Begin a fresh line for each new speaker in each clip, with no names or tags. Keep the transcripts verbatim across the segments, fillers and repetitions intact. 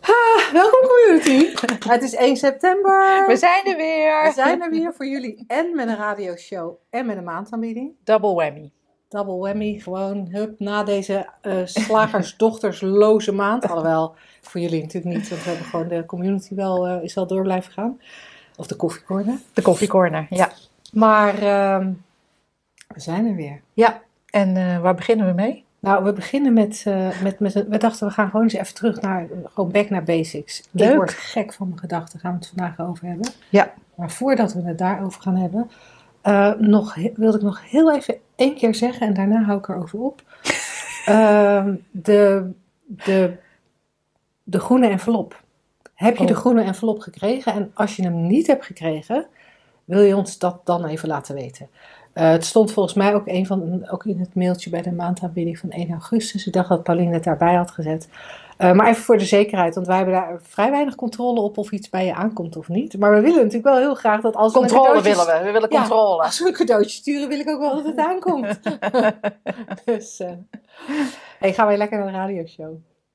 Ah, welkom community. Het is één september.
We zijn er weer.
We zijn er weer voor jullie en met een radioshow en met een maandaanbieding.
Double whammy.
Double whammy, gewoon hup, na deze uh, slagersdochtersloze maand. Alhoewel, voor jullie natuurlijk niet, want we hebben gewoon de community wel, uh, is wel door blijven gaan. Of de koffiecorner.
De koffiecorner, ja.
Maar uh, we zijn er weer.
Ja, en uh, waar beginnen we mee?
Nou, we beginnen met, uh, met, met, we dachten we gaan gewoon eens even terug naar, gewoon back naar basics.
Leuk.
Ik word gek van mijn gedachten, gaan we het vandaag over hebben.
Ja.
Maar voordat we het daarover gaan hebben, uh, nog, wilde ik nog heel even één keer zeggen en daarna hou ik erover op. Uh, de, de, de groene envelop. Heb je
oh.
de groene envelop gekregen? En als je hem niet hebt gekregen, wil je ons dat dan even laten weten. Uh, het stond volgens mij ook, een van, ook in het mailtje bij de maandaanbieding van één augustus. Ik dacht dat Pauline het daarbij had gezet. Uh, maar even voor de zekerheid, want wij hebben daar vrij weinig controle op of iets bij je aankomt of niet. Maar we willen natuurlijk wel heel graag dat als we
Controle willen we, we willen controle.
Ja, als we een cadeautje sturen wil ik ook wel dat het aankomt. dus, uh, hey, gaan wij lekker naar de radioshow.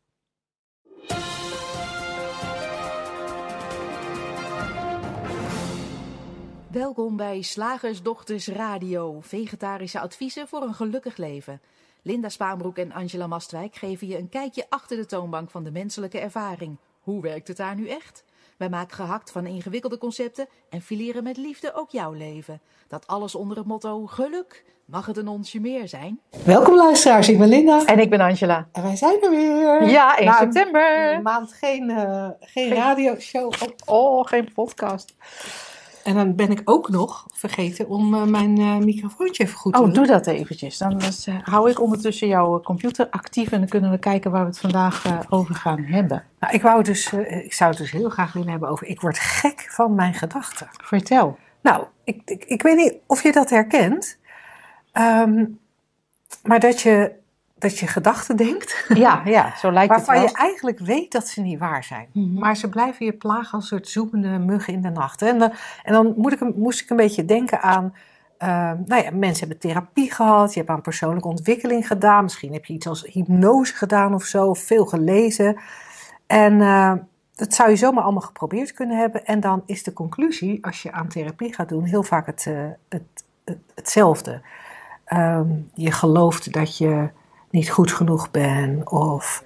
Welkom bij Slagersdochters Radio, vegetarische adviezen voor een gelukkig leven. Linda Spaanbroek en Angela Mastwijk geven je een kijkje achter de toonbank van de menselijke ervaring. Hoe werkt het daar nu echt? Wij maken gehakt van ingewikkelde concepten en fileren met liefde ook jouw leven. Dat alles onder het motto geluk. Mag het een onsje meer zijn?
Welkom luisteraars, ik ben Linda.
En ik ben Angela.
En wij zijn er weer.
Ja, één
Na
september.
Een maand geen, uh, geen, geen radioshow.
Oh, oh, geen podcast.
En dan ben ik ook nog vergeten om uh, mijn uh, microfoontje even goed te
oh,
doen.
Oh, doe dat eventjes. Dan uh, hou ik ondertussen jouw computer actief en dan kunnen we kijken waar we het vandaag uh, over gaan hebben.
Nou, ik, wou dus, uh, ik zou het dus heel graag willen hebben over, ik word gek van mijn gedachten.
Vertel.
Nou, ik, ik, ik weet niet of je dat herkent, um, maar dat je, dat je gedachten denkt.
Ja, ja, zo lijkt het wel.
Waarvan je eigenlijk weet dat ze niet waar zijn. Mm-hmm. Maar ze blijven je plagen als een soort zoemende muggen in de nacht. En dan, en dan moet ik, moest ik een beetje denken aan, uh, nou ja, mensen hebben therapie gehad. Je hebt aan persoonlijke ontwikkeling gedaan. Misschien heb je iets als hypnose gedaan of zo. Of veel gelezen. En uh, dat zou je zomaar allemaal geprobeerd kunnen hebben. En dan is de conclusie, als je aan therapie gaat doen, heel vaak het, uh, het, het, hetzelfde. Um, je gelooft dat je niet goed genoeg ben of,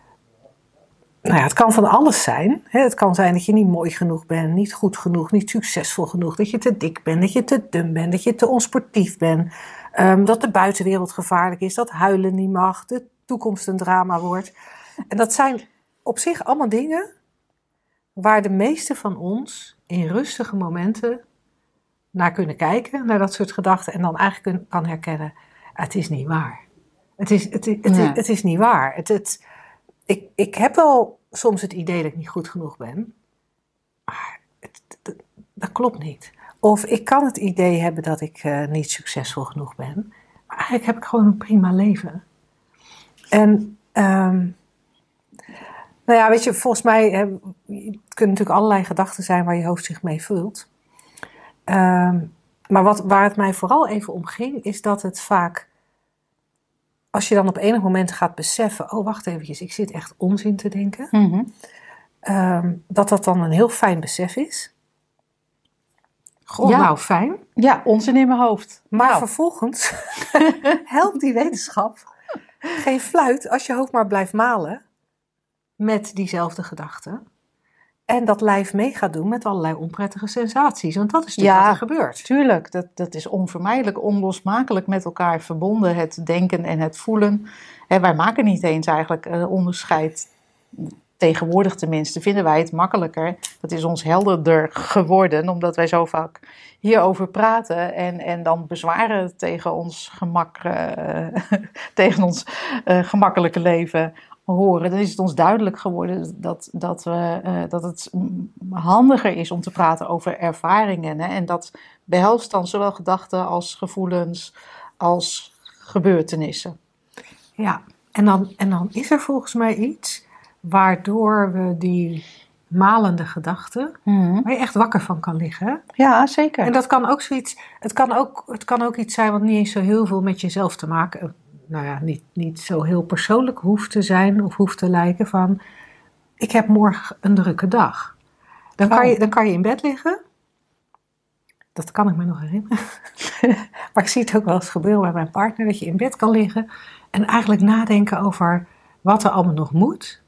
nou ja, het kan van alles zijn. Hè? Het kan zijn dat je niet mooi genoeg bent, niet goed genoeg, niet succesvol genoeg, dat je te dik bent, dat je te dun bent, dat je te onsportief bent, um, dat de buitenwereld gevaarlijk is, dat huilen niet mag, de toekomst een drama wordt. En dat zijn op zich allemaal dingen waar de meeste van ons in rustige momenten naar kunnen kijken, naar dat soort gedachten en dan eigenlijk kan herkennen, het is niet waar. Het is, het, het, het,
ja.
het is niet waar. Het, het, ik, ik heb wel soms het idee dat ik niet goed genoeg ben. Maar het, het, dat klopt niet. Of ik kan het idee hebben dat ik uh, niet succesvol genoeg ben. Maar eigenlijk heb ik gewoon een prima leven. En um, nou ja, weet je, volgens mij hè, het kunnen natuurlijk allerlei gedachten zijn waar je hoofd zich mee vult. Um, maar wat, waar het mij vooral even om ging, is dat het vaak, als je dan op enig moment gaat beseffen, oh wacht eventjes, ik zit echt onzin te denken.
Mm-hmm.
Um, dat dat dan een heel fijn besef is. Goh,
ja.
nou fijn.
Ja, onzin in mijn hoofd.
Maar
nou.
vervolgens helpt die wetenschap geen fluit als je hoofd maar blijft malen met diezelfde gedachten. En dat lijf mee gaat doen met allerlei onprettige sensaties. Want dat is natuurlijk
ja,
wat er gebeurt.
Tuurlijk, dat, dat is onvermijdelijk, onlosmakelijk met elkaar verbonden. Het denken en het voelen. En wij maken niet eens eigenlijk een onderscheid. Tegenwoordig tenminste vinden wij het makkelijker. Dat is ons helderder geworden. Omdat wij zo vaak hierover praten. En, en dan bezwaren tegen ons gemak, uh, tegen ons uh, gemakkelijke leven horen, dan is het ons duidelijk geworden dat, dat, we, uh, dat het handiger is om te praten over ervaringen. Hè? En dat behelst dan zowel gedachten als gevoelens als gebeurtenissen.
Ja, en dan, en dan is er volgens mij iets waardoor we die malende gedachten, mm-hmm. waar je echt wakker van kan liggen.
Ja, zeker.
En dat kan ook zoiets, het kan ook, het kan ook iets zijn wat niet eens zo heel veel met jezelf te maken, nou ja, niet, niet zo heel persoonlijk hoeft te zijn of hoeft te lijken van, ik heb morgen een drukke dag. Dan kan,
Oh.
je, dan kan je in bed liggen. Dat kan ik me nog herinneren. Maar ik zie het ook wel eens gebeuren bij mijn partner, dat je in bed kan liggen en eigenlijk nadenken over wat er allemaal nog moet.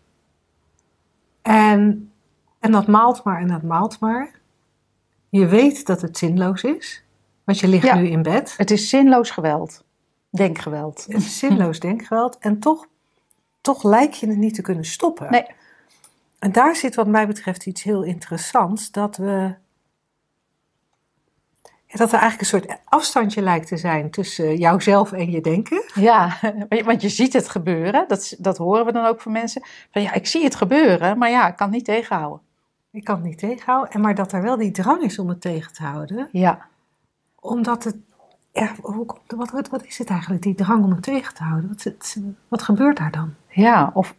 En, en dat maalt maar en dat maalt maar. Je weet dat het zinloos is, want je ligt
Ja.
nu in bed.
Het is zinloos geweld. Denkgeweld.
Het is zinloos denkgeweld en toch, toch lijkt je het niet te kunnen stoppen.
Nee.
En daar zit wat mij betreft iets heel interessants, dat we... Ja, dat er eigenlijk een soort afstandje lijkt te zijn tussen jouzelf en je denken.
Ja, want je ziet het gebeuren. Dat, dat horen we dan ook van mensen. Van ja, ik zie het gebeuren, maar ja, ik kan het niet tegenhouden.
Ik kan het niet tegenhouden. En maar dat er wel die drang is om het tegen te houden.
Ja.
Omdat het... Ja, hoe komt, wat, wat, wat is het eigenlijk, die drang om het tegen te houden? Wat, het, wat gebeurt daar dan?
Ja, of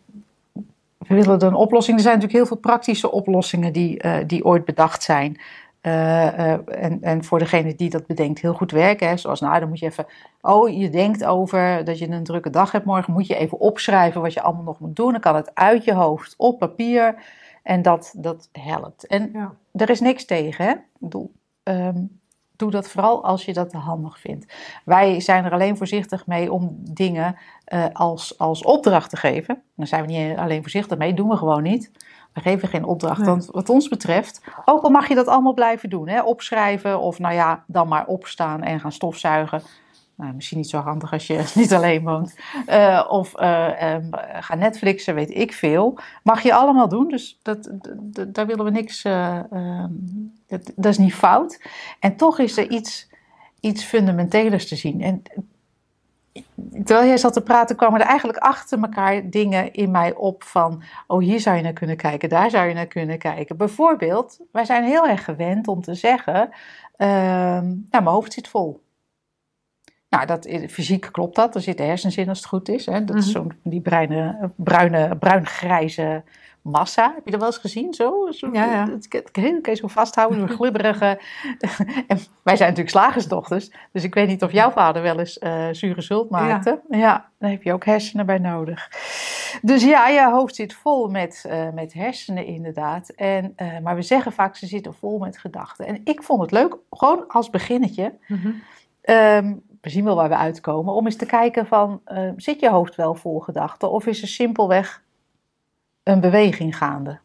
we willen een oplossing. Er zijn natuurlijk heel veel praktische oplossingen die, uh, die ooit bedacht zijn. Uh, uh, en, en voor degene die dat bedenkt heel goed werken. Hè, zoals nou, dan moet je even... Oh, je denkt over dat je een drukke dag hebt morgen. Moet je even opschrijven wat je allemaal nog moet doen. Dan kan het uit je hoofd op papier. En dat, dat helpt. En
Ja.
er is niks tegen, hè. Ik bedoel, um, doe dat vooral als je dat handig vindt. Wij zijn er alleen voorzichtig mee om dingen uh, als, als opdracht te geven. Dan zijn we niet alleen voorzichtig mee, doen we gewoon niet. We geven geen opdracht.
Nee.
Want wat ons betreft, ook al mag je dat allemaal blijven doen. Hè? Opschrijven of nou ja, dan maar opstaan en gaan stofzuigen. Nou, misschien niet zo handig als je niet alleen woont. Uh, of uh, um, gaan Netflixen, weet ik veel. Mag je allemaal doen, dus dat, dat, dat, daar willen we niks... Uh, uh, dat, dat is niet fout. En toch is er iets, iets fundamentelers te zien. En terwijl jij zat te praten, kwamen er eigenlijk achter elkaar dingen in mij op van... oh, hier zou je naar kunnen kijken, daar zou je naar kunnen kijken. Bijvoorbeeld, wij zijn heel erg gewend om te zeggen... Uh, nou, mijn hoofd zit vol. Nou, dat, fysiek klopt dat. Er zitten hersens in als het goed is. Hè. Dat mm-hmm. is zo'n die bruine, bruine, bruin-grijze massa. Heb je dat wel eens gezien? Zo? zo
ja, ja.
Dat kan je zo vasthouden, een glibberige... en wij zijn natuurlijk slagersdochters. Dus ik weet niet of jouw vader wel eens uh, zure zult maakte. Ja. ja, daar heb je ook hersenen bij nodig. Dus ja, je hoofd zit vol met, uh, met hersenen inderdaad. En, uh, maar we zeggen vaak, ze zitten vol met gedachten. En ik vond het leuk, gewoon als beginnetje... Mm-hmm. Um, we zien wel waar we uitkomen, om eens te kijken van, uh, zit je hoofd wel vol gedachten of is er simpelweg een beweging gaande?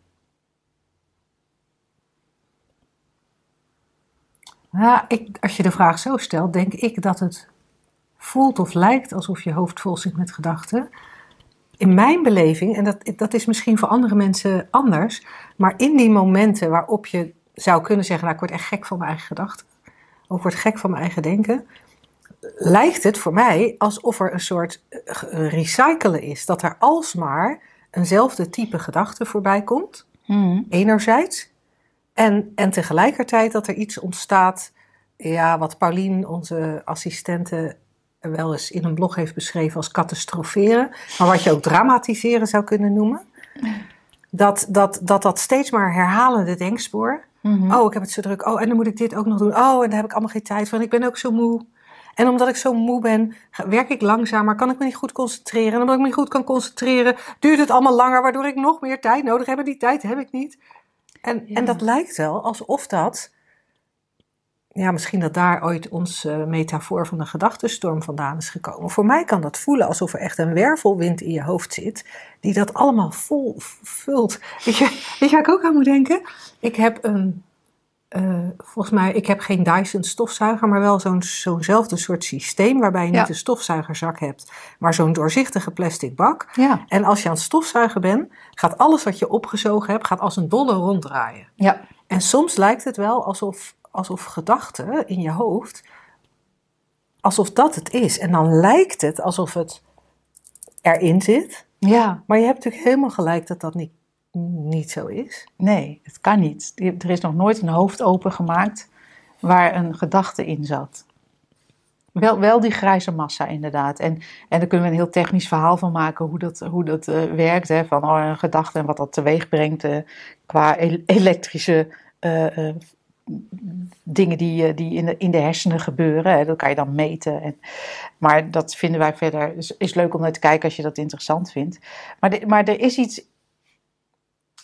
Ja, ik, als je de vraag zo stelt, denk ik dat het voelt of lijkt alsof je hoofd vol zit met gedachten. In mijn beleving, en dat, dat is misschien voor andere mensen anders, maar in die momenten waarop je zou kunnen zeggen, nou, ik word echt gek van mijn eigen gedachten, of ik word gek van mijn eigen denken, lijkt het voor mij alsof er een soort recyclen is. Dat er alsmaar eenzelfde type gedachte voorbij komt. Mm. Enerzijds. En, en tegelijkertijd dat er iets ontstaat. Ja, wat Paulien, onze assistente, wel eens in een blog heeft beschreven als catastroferen. Maar wat je ook dramatiseren zou kunnen noemen. Dat dat, dat, dat steeds maar herhalende denkspoor. Mm-hmm. Oh, ik heb het zo druk. Oh, en dan moet ik dit ook nog doen. Oh, en daar heb ik allemaal geen tijd van. Ik ben ook zo moe. En omdat ik zo moe ben, werk ik langzamer, kan ik me niet goed concentreren. En omdat ik me niet goed kan concentreren, duurt het allemaal langer, waardoor ik nog meer tijd nodig heb. En die tijd heb ik niet. En, ja. en dat lijkt wel alsof dat, ja, misschien dat daar ooit onze uh, metafoor van de gedachtenstorm vandaan is gekomen. Voor mij kan dat voelen alsof er echt een wervelwind in je hoofd zit, die dat allemaal vol vult. Weet je, weet je waar ik ook aan moet denken? Ik heb een... Uh, volgens mij, ik heb geen Dyson stofzuiger, maar wel zo'n, zo'nzelfde soort systeem waarbij je ja. niet een stofzuigerzak hebt, maar zo'n doorzichtige plastic bak.
Ja.
En als je aan het stofzuigen bent, gaat alles wat je opgezogen hebt, gaat als een dolle ronddraaien.
Ja.
En soms lijkt het wel alsof, alsof gedachten in je hoofd, alsof dat het is. En dan lijkt het alsof het erin zit.
Ja.
Maar je hebt natuurlijk helemaal gelijk dat dat niet niet zo is.
Nee, het kan niet. Er is nog nooit een hoofd opengemaakt waar een gedachte in zat. Wel, wel die grijze massa inderdaad. En, en daar kunnen we een heel technisch verhaal van maken hoe dat, hoe dat uh, werkt. Hè? Van oh, een gedachte en wat dat teweeg brengt uh, qua el- elektrische uh, uh, dingen die, uh, die in, de, in de hersenen gebeuren. Hè? Dat kan je dan meten. En, maar dat vinden wij verder... is, is leuk om naar te kijken als je dat interessant vindt. Maar, de, maar er is iets...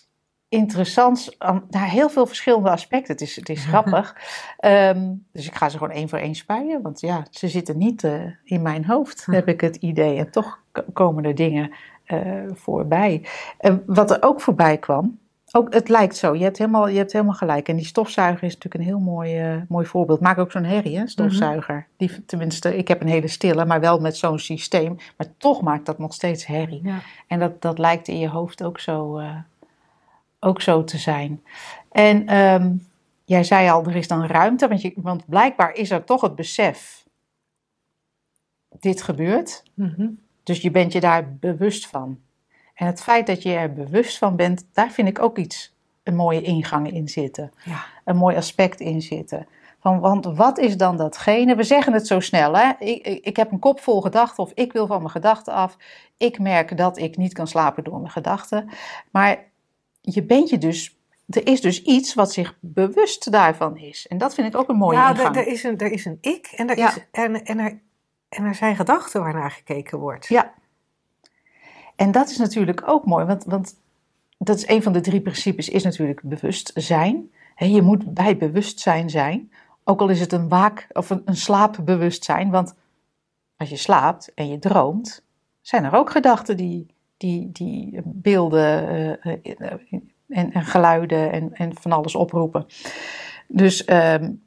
interessants, aan nou, heel veel verschillende aspecten. Het is, het is grappig. Um, dus ik ga ze gewoon één voor één spuien, want ja, ze zitten niet uh, in mijn hoofd, heb ik het idee. En toch komen er dingen uh, voorbij. Uh, wat er ook voorbij kwam, ook, het lijkt zo, je hebt, helemaal, je hebt helemaal gelijk. En die stofzuiger is natuurlijk een heel mooi, uh, mooi voorbeeld. Maak ook zo'n herrie, hè, stofzuiger. Mm-hmm. Die, tenminste, ik heb een hele stille, maar wel met zo'n systeem. Maar toch maakt dat nog steeds herrie. Ja. En dat, dat lijkt in je hoofd ook zo... Uh, ook zo te zijn. En um, jij zei al, er is dan ruimte, want, je, want blijkbaar is er toch het besef, dit gebeurt. Mm-hmm. Dus je bent je daar bewust van. En het feit dat je er bewust van bent, daar vind ik ook iets, een mooie ingang in zitten. Ja. Een mooi aspect in zitten. Van, want wat is dan datgene? We zeggen het zo snel, hè? Ik, ik, ik heb een kop vol gedachten of ik wil van mijn gedachten af. Ik merk dat ik niet kan slapen door mijn gedachten. Maar je bent je dus, er is dus iets wat zich bewust daarvan is. En dat vind ik ook een mooie
ja,
ingang.
Ja, er is een, er is een ik en er,
ja.
is, en, en, er, en er zijn gedachten waarnaar gekeken wordt.
Ja. En dat is natuurlijk ook mooi, want, want dat is een van de drie principes, is natuurlijk bewustzijn. He, je moet bij bewustzijn zijn, ook al is het een waak of een, een slaapbewustzijn. Want als je slaapt en je droomt, zijn er ook gedachten die... Die, die beelden uh, en, en geluiden en, en van alles oproepen. Dus um,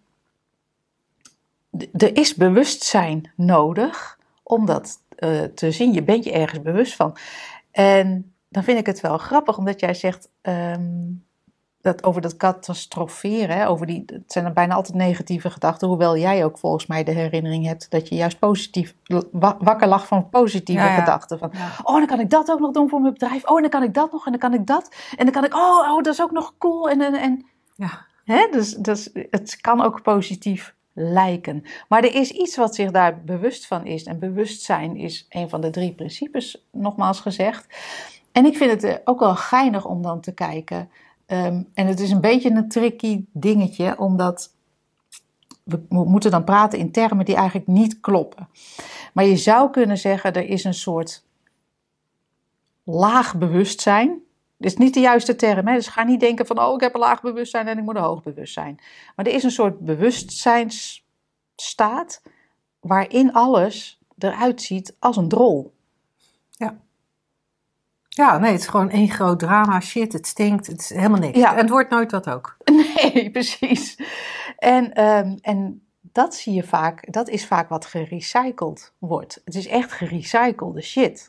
d- er is bewustzijn nodig om dat uh, te zien. Je bent je ergens bewust van. En dan vind ik het wel grappig, omdat jij zegt um, dat over dat catastroferen, hè, over die, het zijn er bijna altijd negatieve gedachten, hoewel jij ook volgens mij de herinnering hebt dat je juist positief wakker lag van positieve ja, ja. gedachten. Van, ja. oh, dan kan ik dat ook nog doen voor mijn bedrijf. Oh, en dan kan ik dat nog en dan kan ik dat. En dan kan ik, oh, oh dat is ook nog cool. En, en, en. Ja. Hè, dus, dus het kan ook positief lijken. Maar er is iets wat zich daar bewust van is. En bewustzijn is een van de drie principes, nogmaals gezegd. En ik vind het ook wel geinig om dan te kijken. Um, en het is een beetje een tricky dingetje, omdat we, we moeten dan praten in termen die eigenlijk niet kloppen. Maar je zou kunnen zeggen, er is een soort laag bewustzijn. Dat is niet de juiste term, hè? Dus ga niet denken van, oh, ik heb een laag bewustzijn en ik moet een hoog bewustzijn. Maar er is een soort bewustzijnsstaat waarin alles eruit ziet als een drol.
Ja. Ja, nee, het is gewoon één groot drama, shit, het stinkt, het is helemaal niks.
Ja.
En het wordt nooit wat ook.
Nee, precies. En, um, en dat zie je vaak, dat is vaak wat gerecycled wordt. Het is echt gerecyclede shit.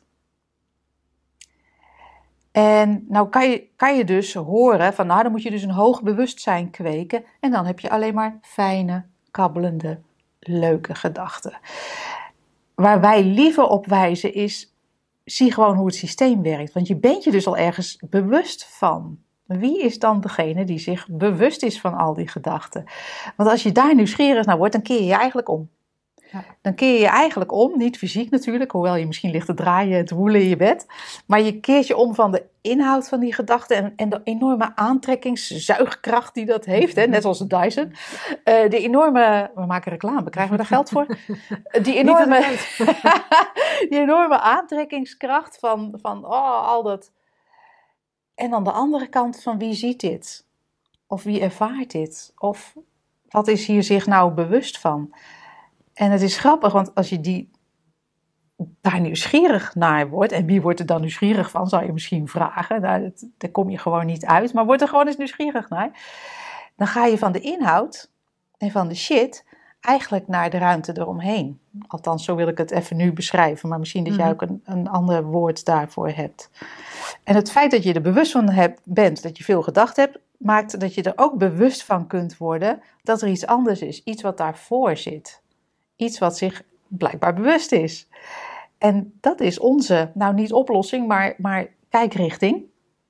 En nou kan je, kan je dus horen van, nou dan moet je dus een hoog bewustzijn kweken en dan heb je alleen maar fijne, kabbelende, leuke gedachten. Waar wij liever op wijzen is, zie gewoon hoe het systeem werkt. Want je bent je dus al ergens bewust van. Wie is dan degene die zich bewust is van al die gedachten? Want als je daar nieuwsgierig naar wordt, dan keer je je eigenlijk om. Ja. Dan keer je je eigenlijk om, niet fysiek natuurlijk, hoewel je misschien ligt te draaien en te woelen in je bed. Maar je keert je om van de inhoud van die gedachten en, en de enorme aantrekkingszuigkracht die dat heeft. Hè? Net zoals de Dyson. Uh, de enorme, we maken reclame, krijgen we daar geld voor? Die enorme, die enorme aantrekkingskracht van, van oh, al dat. En aan de andere kant van wie ziet dit? Of wie ervaart dit? Of wat is hier zich nou bewust van? En het is grappig, want als je die daar nieuwsgierig naar wordt, en wie wordt er dan nieuwsgierig van, zou je misschien vragen. Nou, dat, daar kom je gewoon niet uit, maar word er gewoon eens nieuwsgierig naar. Dan ga je van de inhoud en van de shit eigenlijk naar de ruimte eromheen. Althans, zo wil ik het even nu beschrijven, maar misschien dat mm-hmm. jij ook een, een ander woord daarvoor hebt. En het feit dat je er bewust van hebt, bent, dat je veel gedacht hebt, maakt dat je er ook bewust van kunt worden dat er iets anders is. Iets wat daarvoor zit. Iets wat zich blijkbaar bewust is. En dat is onze, nou niet oplossing, maar, maar kijkrichting.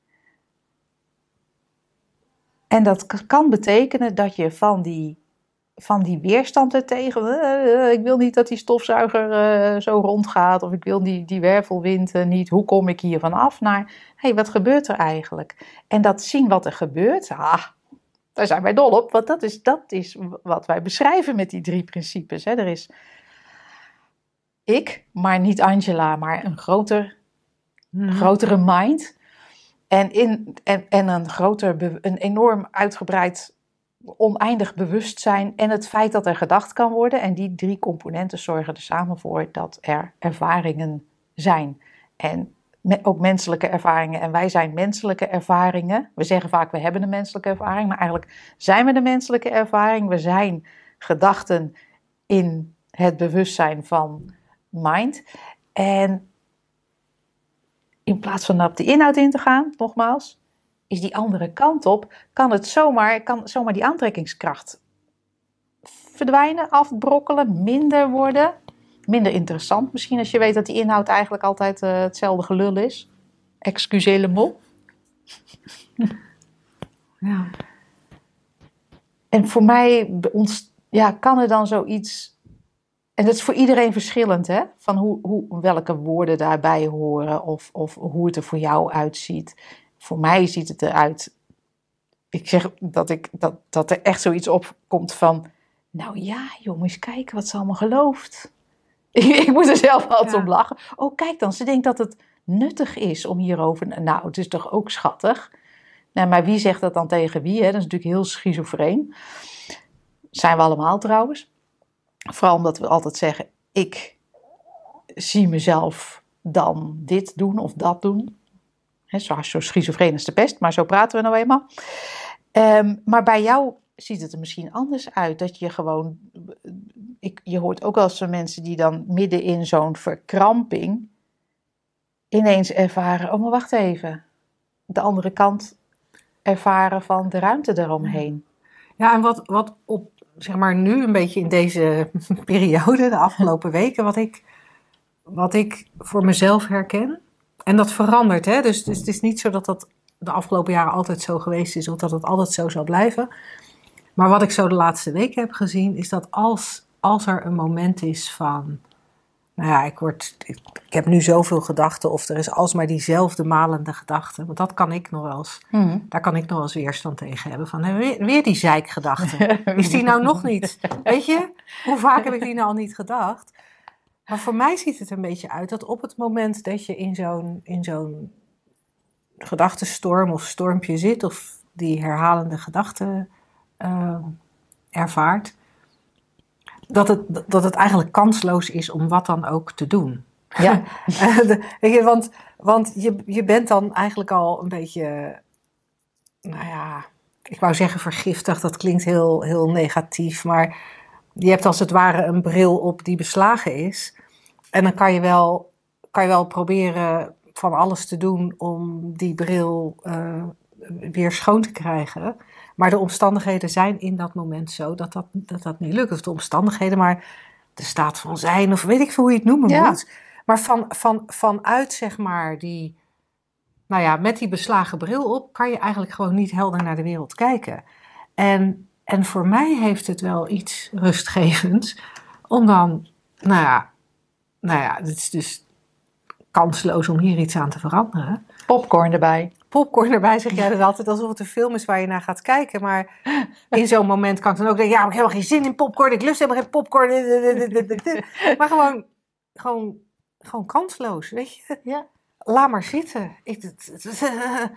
En dat kan betekenen dat je van die, van die weerstand ertegen, uh, ik wil niet dat die stofzuiger uh, zo rondgaat, of ik wil die, die wervelwind uh, niet, hoe kom ik hier vanaf, naar, hé, hey, wat gebeurt er eigenlijk? En dat zien wat er gebeurt, ah, daar zijn wij dol op, want dat is, dat is wat wij beschrijven met die drie principes. Hè. Er is ik, maar niet Angela, maar een groter, hmm. grotere mind. En, in, en, en een groter, be- een enorm uitgebreid, oneindig bewustzijn en het feit dat er gedacht kan worden. En die drie componenten zorgen er samen voor dat er ervaringen zijn. En me- ook menselijke ervaringen. En wij zijn menselijke ervaringen. We zeggen vaak we hebben een menselijke ervaring, maar eigenlijk zijn we de menselijke ervaring. We zijn gedachten in het bewustzijn van mind. En in plaats van op de inhoud in te gaan, nogmaals, is die andere kant op, kan het zomaar, kan zomaar die aantrekkingskracht verdwijnen, afbrokkelen, minder worden. Minder interessant misschien als je weet dat die inhoud eigenlijk altijd uh, hetzelfde gelul is. Excusez le mot.
Ja.
En voor mij ons, ja, kan er dan zoiets... En dat is voor iedereen verschillend, hè? Van hoe, hoe, welke woorden daarbij horen of, of hoe het er voor jou uitziet. Voor mij ziet het eruit... Ik zeg dat, ik, dat, dat er echt zoiets opkomt van... Nou ja, jongens, kijk wat ze allemaal gelooft. Ik moet er zelf altijd ja. om lachen. Oh, kijk dan, ze denkt dat het nuttig is om hierover... Nou, het is toch ook schattig? Nou, maar wie zegt dat dan tegen wie? Hè? Dat is natuurlijk heel schizofreen. Zijn we allemaal trouwens. Vooral omdat we altijd zeggen... Ik zie mezelf dan dit doen of dat doen. He, zo, zo schizofreen is de pest, maar zo praten we nou eenmaal. Um, maar bij jou ziet het er misschien anders uit. Dat je gewoon... Ik, je hoort ook wel eens van mensen die dan midden in zo'n verkramping... ineens ervaren... Oh, maar wacht even. De andere kant ervaren van de ruimte eromheen.
Ja, en wat, wat op, zeg maar nu een beetje in deze periode, de afgelopen weken... wat ik, wat ik voor mezelf herken... En dat verandert, hè. Dus, dus het is niet zo dat dat de afgelopen jaren altijd zo geweest is... of dat het altijd zo zal blijven. Maar wat ik zo de laatste weken heb gezien... is dat als, als er een moment is van... Nou ja, ik, word, ik, ik heb nu zoveel gedachten... of er is alsmaar diezelfde malende gedachte. Want dat kan ik nog wel eens... Mm. Daar kan ik nog wel eens weerstand tegen hebben. Van hè, weer, weer die zeikgedachte. Is die nou nog niet? Weet je? Hoe vaak heb ik die nou al niet gedacht? Maar voor mij ziet het een beetje uit dat op het moment dat je in zo'n, in zo'n gedachtenstorm of stormpje zit, of die herhalende gedachten uh, ervaart, dat het, dat het eigenlijk kansloos is om wat dan ook te doen.
Ja.
uh, want want je, je bent dan eigenlijk al een beetje, nou ja, ik wou zeggen vergiftigd, dat klinkt heel, heel negatief, maar je hebt als het ware een bril op die beslagen is. En dan kan je wel, kan je wel proberen van alles te doen om die bril uh, weer schoon te krijgen. Maar de omstandigheden zijn in dat moment zo dat dat, dat, dat niet lukt. Of de omstandigheden, maar de staat van zijn, of weet ik veel hoe je het noemen ja. moet. Maar van, van, vanuit, zeg maar, die, nou ja, met die beslagen bril op, kan je eigenlijk gewoon niet helder naar de wereld kijken. En, en voor mij heeft het wel iets rustgevends om dan, nou ja, nou ja, het is dus kansloos om hier iets aan te veranderen.
Popcorn erbij.
Popcorn erbij, zeg jij dat altijd, alsof het een film is waar je naar gaat kijken. Maar in zo'n moment kan ik dan ook denken, ja, maar ik heb helemaal geen zin in popcorn, ik lust helemaal geen popcorn. Maar gewoon, gewoon, gewoon kansloos, weet je.
Ja.
Laat maar zitten. Ik, het, het, het,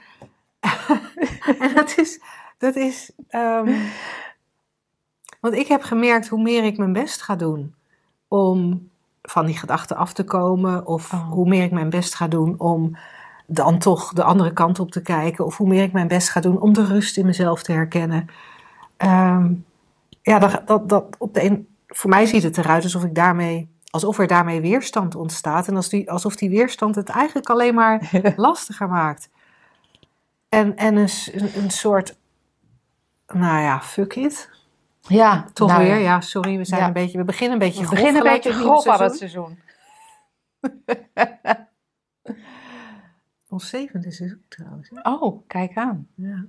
en dat is, dat is, um, want ik heb gemerkt hoe meer ik mijn best ga doen om van die gedachten af te komen, of oh. hoe meer ik mijn best ga doen om dan toch de andere kant op te kijken, of hoe meer ik mijn best ga doen om de rust in mezelf te herkennen. Um, ja, dat, dat, dat op de een, voor mij ziet het eruit alsof ik daarmee, alsof er daarmee weerstand ontstaat en als die, alsof die weerstand het eigenlijk alleen maar lastiger maakt. En, en een, een soort, nou ja, fuck it.
Ja,
toch
nou,
weer. Ja, sorry, we zijn
ja.
een beetje, we beginnen een beetje
we
grof.
We beginnen een beetje grof aan het seizoen.
Ons zevende seizoen trouwens. Hè?
Oh, kijk aan.
Ja.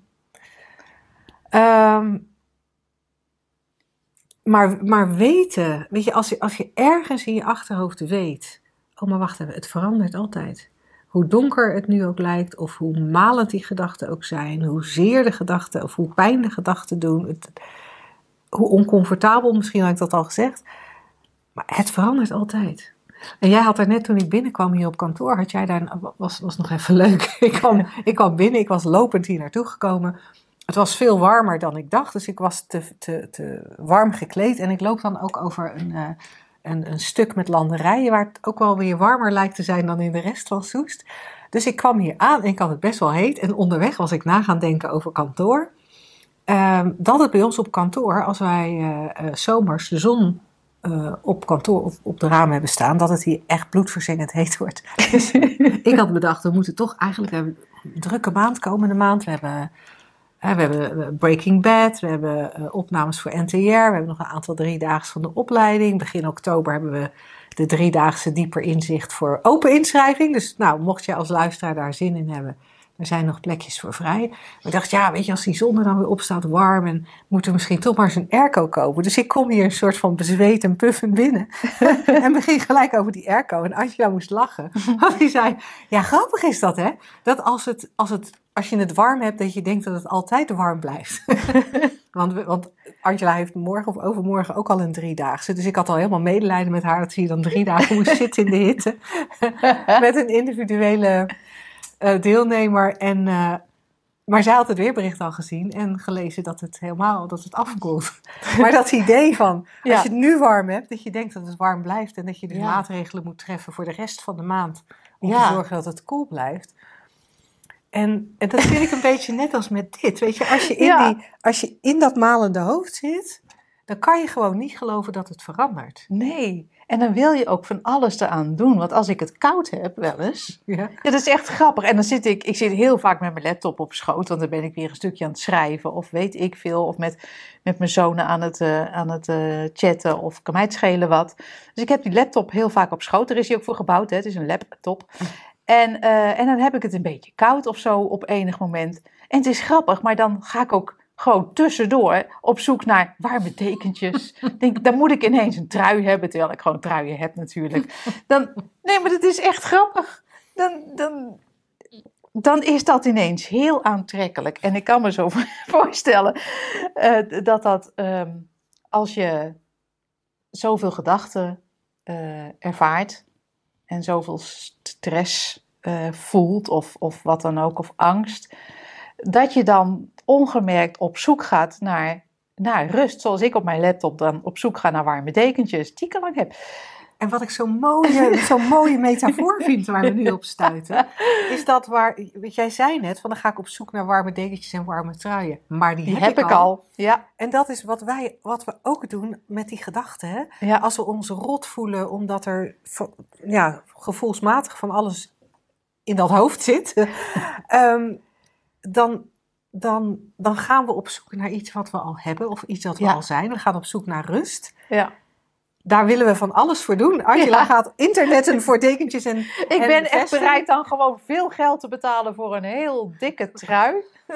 Um, maar, maar weten, weet je, als je, als je ergens in je achterhoofd weet, oh maar wacht even, het verandert altijd. Hoe donker het nu ook lijkt, of hoe malend die gedachten ook zijn, hoe zeer de gedachten, of hoe pijn de gedachten doen, het, hoe oncomfortabel, misschien had ik dat al gezegd, maar het verandert altijd. En jij had er net toen ik binnenkwam hier op kantoor, had jij daar, was, was nog even leuk. Ik kwam, ik kwam binnen, ik was lopend hier naartoe gekomen. Het was veel warmer dan ik dacht, dus ik was te, te, te warm gekleed. En ik loop dan ook over een, uh, een, een stuk met landerijen, waar het ook wel weer warmer lijkt te zijn dan in de rest van Soest. Dus ik kwam hier aan en ik had het best wel heet. En onderweg was ik na gaan denken over kantoor. Uh, dat het bij ons op kantoor, als wij uh, uh, zomers de zon uh, op kantoor op, op de ramen hebben staan, dat het hier echt bloedverzengend heet wordt. Dus ik had bedacht, we moeten toch eigenlijk een drukke maand, komende maand. We hebben, uh, we hebben Breaking Bad, we hebben uh, opnames voor N T R, we hebben nog een aantal driedaags van de opleiding. Begin oktober hebben we de driedaagse dieper inzicht voor open inschrijving. Dus nou, mocht je als luisteraar daar zin in hebben, er zijn nog plekjes voor vrij. Maar ik dacht, ja, weet je, als die zon er dan weer op staat, warm, en moeten we misschien toch maar eens een airco kopen. Dus ik kom hier een soort van bezweet en puffend binnen. En begin gelijk over die airco. En Angela moest lachen. Want die zei, ja, grappig is dat, hè? Dat als, het, als, het, als je het warm hebt, dat je denkt dat het altijd warm blijft. want, want Angela heeft morgen of overmorgen ook al een driedaagse. Dus ik had al helemaal medelijden met haar dat ze hier dan drie dagen moest zitten in de hitte. Met een individuele Uh, deelnemer. En, uh, maar zij had het weerbericht al gezien en gelezen dat het helemaal dat het afkoelt. Maar dat idee van, als ja. je het nu warm hebt, dat je denkt dat het warm blijft en dat je dus ja. maatregelen moet treffen voor de rest van de maand om ja. te zorgen dat het koel blijft. En, en dat vind ik een beetje net als met dit. Weet je, als je in, ja. die, als je in dat malende hoofd zit, dan kan je gewoon niet geloven dat het verandert.
Nee. En dan wil je ook van alles eraan doen. Want als ik het koud heb, wel eens. Ja. Ja, dat is echt grappig. En dan zit ik, ik zit heel vaak met mijn laptop op schoot. Want dan ben ik weer een stukje aan het schrijven. Of weet ik veel. Of met, met mijn zonen aan het, uh, aan het uh, chatten. Of kan mij het schelen wat. Dus ik heb die laptop heel vaak op schoot. Daar is hij ook voor gebouwd. Hè? Het is een laptop. En, uh, en dan heb ik het een beetje koud of zo op enig moment. En het is grappig. Maar dan ga ik ook gewoon tussendoor op zoek naar warme dekentjes. Denk, dan moet ik ineens een trui hebben, terwijl ik gewoon truien heb natuurlijk. Dan, nee, maar dat is echt grappig. Dan, dan, dan is dat ineens heel aantrekkelijk. En ik kan me zo voorstellen uh, dat dat, um, als je zoveel gedachten uh, ervaart en zoveel stress uh, voelt of, of wat dan ook, of angst, dat je dan ongemerkt op zoek gaat naar, naar rust. Zoals ik op mijn laptop dan op zoek ga naar warme dekentjes die ik al lang heb.
En wat ik zo'n mooie, zo'n mooie metafoor vind waar we nu op stuiten, is dat waar, wat jij zei net, van dan ga ik op zoek naar warme dekentjes en warme truien. Maar die,
die
heb,
heb
ik,
ik
al.
al. Ja.
En dat is wat wij, wat we ook doen met die gedachten. Hè?
Ja.
Als we ons rot voelen omdat er ja, gevoelsmatig van alles in dat hoofd zit, um, dan, dan, dan gaan we op zoek naar iets wat we al hebben of iets dat we ja. al zijn. We gaan op zoek naar rust.
Ja.
Daar willen we van alles voor doen. Angela ja. gaat internetten voor dekentjes en
Ik en ben vesten. Echt bereid dan gewoon veel geld te betalen voor een heel dikke trui.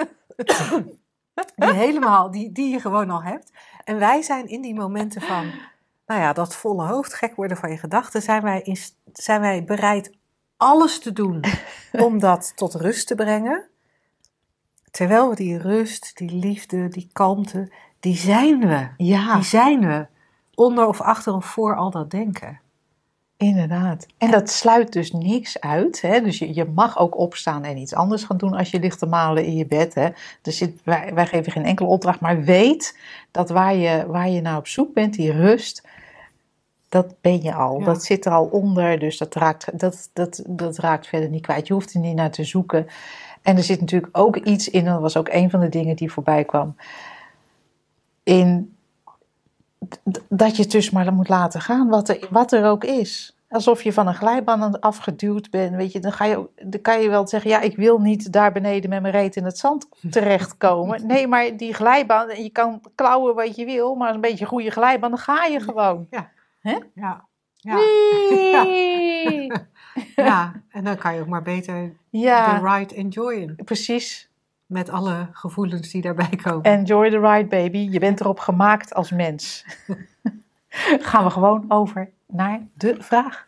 Die helemaal, die, die je gewoon al hebt. En wij zijn in die momenten van, nou ja, dat volle hoofd, gek worden van je gedachten, zijn wij, in, zijn wij bereid alles te doen om dat tot rust te brengen. Terwijl we die rust, die liefde, die kalmte, die zijn we.
Ja.
Die zijn we. Onder of achter of voor al dat denken.
Inderdaad. En dat sluit dus niks uit. Hè? Dus je, je mag ook opstaan en iets anders gaan doen als je ligt te malen in je bed. Hè? Dus je, wij, wij geven geen enkele opdracht. Maar weet dat waar je, waar je naar op zoek bent, die rust, dat ben je al. Ja. Dat zit er al onder. Dus dat raakt, dat, dat, dat raakt verder niet kwijt. Je hoeft er niet naar te zoeken. En er zit natuurlijk ook iets in. Dat was ook een van de dingen die voorbij kwam. In dat je het dus maar moet laten gaan, wat er, wat er ook is. Alsof je van een glijbaan afgeduwd bent, weet je, dan, ga je, dan kan je wel zeggen, ja, ik wil niet daar beneden met mijn reet in het zand terechtkomen. Nee, maar die glijbaan, je kan klauwen wat je wil, maar een beetje goede glijbaan, dan ga je gewoon.
Ja.
Hè?
Ja. Ja. Ja. Ja, en dan kan je ook maar beter
ja.
the ride enjoyen.
Precies.
Met alle gevoelens die daarbij komen.
Enjoy the ride, baby. Je bent erop gemaakt als mens. Gaan we gewoon over naar de vraag.